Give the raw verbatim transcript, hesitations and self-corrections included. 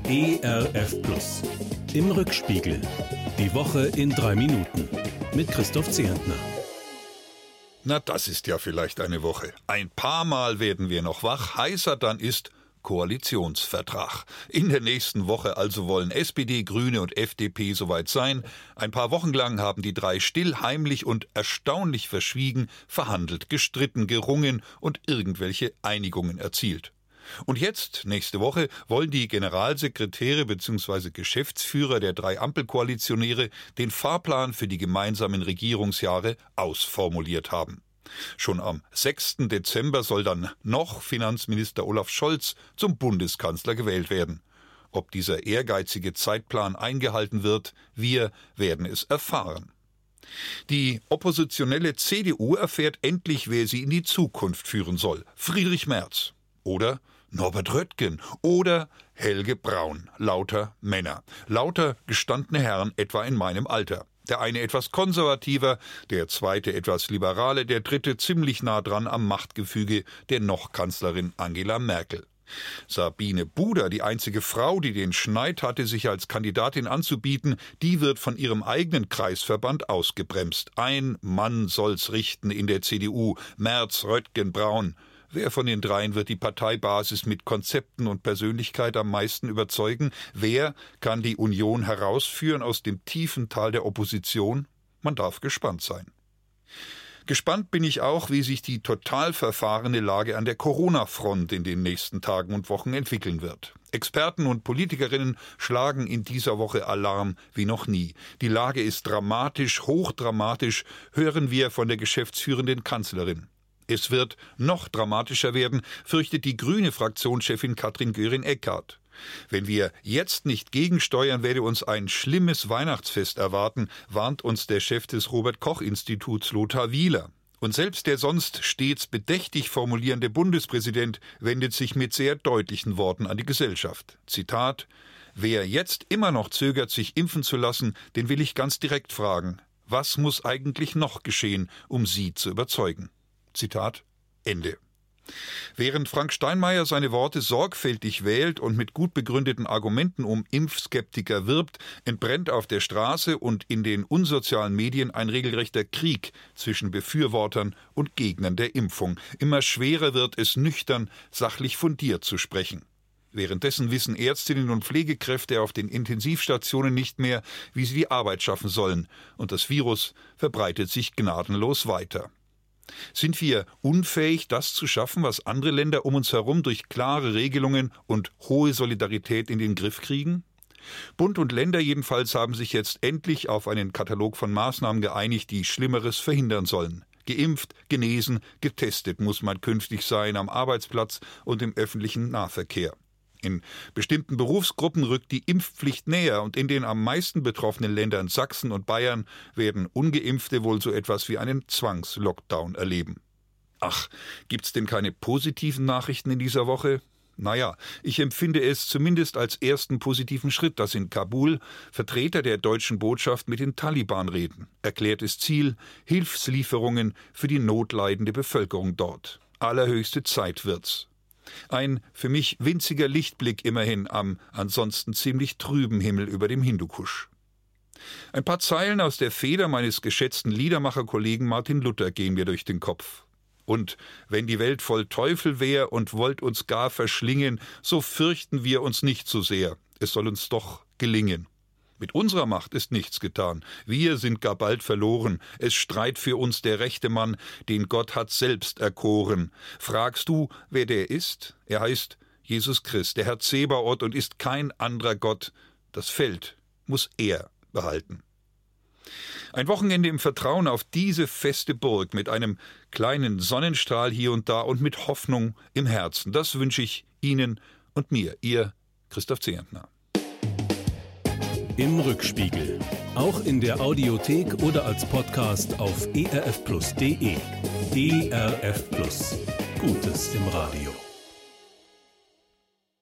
E R F Plus. Im Rückspiegel. Die Woche in drei Minuten. Mit Christoph Zehentner. Na, das ist ja vielleicht eine Woche. Ein paar Mal werden wir noch wach. Heißer dann ist Koalitionsvertrag. In der nächsten Woche also wollen S P D, Grüne und F D P soweit sein. Ein paar Wochen lang haben die drei still, heimlich und erstaunlich verschwiegen verhandelt, gestritten, gerungen und irgendwelche Einigungen erzielt. Und jetzt, nächste Woche, wollen die Generalsekretäre bzw. Geschäftsführer der drei Ampelkoalitionäre den Fahrplan für die gemeinsamen Regierungsjahre ausformuliert haben. Schon am sechsten Dezember soll dann noch Finanzminister Olaf Scholz zum Bundeskanzler gewählt werden. Ob dieser ehrgeizige Zeitplan eingehalten wird, wir werden es erfahren. Die oppositionelle C D U erfährt endlich, wer sie in die Zukunft führen soll. Friedrich Merz oder Norbert Röttgen oder Helge Braun. Lauter Männer. Lauter gestandene Herren etwa in meinem Alter. Der eine etwas konservativer, der zweite etwas liberale, der dritte ziemlich nah dran am Machtgefüge der noch Kanzlerin Angela Merkel. Sabine Buder, die einzige Frau, die den Schneid hatte, sich als Kandidatin anzubieten, die wird von ihrem eigenen Kreisverband ausgebremst. Ein Mann soll's richten in der C D U, Merz, Röttgen, Braun. Wer von den dreien wird die Parteibasis mit Konzepten und Persönlichkeit am meisten überzeugen? Wer kann die Union herausführen aus dem tiefen Tal der Opposition? Man darf gespannt sein. Gespannt bin ich auch, wie sich die total verfahrene Lage an der Corona-Front in den nächsten Tagen und Wochen entwickeln wird. Experten und Politikerinnen schlagen in dieser Woche Alarm wie noch nie. Die Lage ist dramatisch, hochdramatisch, hören wir von der geschäftsführenden Kanzlerin. Es wird noch dramatischer werden, fürchtet die grüne Fraktionschefin Katrin Göring-Eckardt. Wenn wir jetzt nicht gegensteuern, werde uns ein schlimmes Weihnachtsfest erwarten, warnt uns der Chef des Robert-Koch-Instituts Lothar Wieler. Und selbst der sonst stets bedächtig formulierende Bundespräsident wendet sich mit sehr deutlichen Worten an die Gesellschaft. Zitat: Wer jetzt immer noch zögert, sich impfen zu lassen, den will ich ganz direkt fragen, was muss eigentlich noch geschehen, um Sie zu überzeugen? Zitat Ende. Während Frank Steinmeier seine Worte sorgfältig wählt und mit gut begründeten Argumenten um Impfskeptiker wirbt, entbrennt auf der Straße und in den unsozialen Medien ein regelrechter Krieg zwischen Befürwortern und Gegnern der Impfung. Immer schwerer wird es, nüchtern, sachlich fundiert zu sprechen. Währenddessen wissen Ärztinnen und Pflegekräfte auf den Intensivstationen nicht mehr, wie sie die Arbeit schaffen sollen, und das Virus verbreitet sich gnadenlos weiter. Sind wir unfähig, das zu schaffen, was andere Länder um uns herum durch klare Regelungen und hohe Solidarität in den Griff kriegen? Bund und Länder jedenfalls haben sich jetzt endlich auf einen Katalog von Maßnahmen geeinigt, die Schlimmeres verhindern sollen. Geimpft, genesen, getestet muss man künftig sein am Arbeitsplatz und im öffentlichen Nahverkehr. In bestimmten Berufsgruppen rückt die Impfpflicht näher und in den am meisten betroffenen Ländern Sachsen und Bayern werden Ungeimpfte wohl so etwas wie einen Zwangslockdown erleben. Ach, gibt's denn keine positiven Nachrichten in dieser Woche? Naja, ich empfinde es zumindest als ersten positiven Schritt, dass in Kabul Vertreter der deutschen Botschaft mit den Taliban reden. Erklärtes Ziel: Hilfslieferungen für die notleidende Bevölkerung dort. Allerhöchste Zeit wird's. Ein für mich winziger Lichtblick immerhin am ansonsten ziemlich trüben Himmel über dem Hindukusch. Ein paar Zeilen aus der Feder meines geschätzten Liedermacherkollegen Martin Luther gehen mir durch den Kopf. Und wenn die Welt voll Teufel wär und wollt uns gar verschlingen, so fürchten wir uns nicht so sehr, es soll uns doch gelingen. Mit unserer Macht ist nichts getan. Wir sind gar bald verloren. Es streit für uns der rechte Mann, den Gott hat selbst erkoren. Fragst du, wer der ist? Er heißt Jesus Christ, der Herr Zebaoth, und ist kein anderer Gott. Das Feld muss er behalten. Ein Wochenende im Vertrauen auf diese feste Burg mit einem kleinen Sonnenstrahl hier und da und mit Hoffnung im Herzen. Das wünsche ich Ihnen und mir, Ihr Christoph Zehentner. Im Rückspiegel. Auch in der Audiothek oder als Podcast auf e r f plus punkt d e. E R F Plus. Gutes im Radio.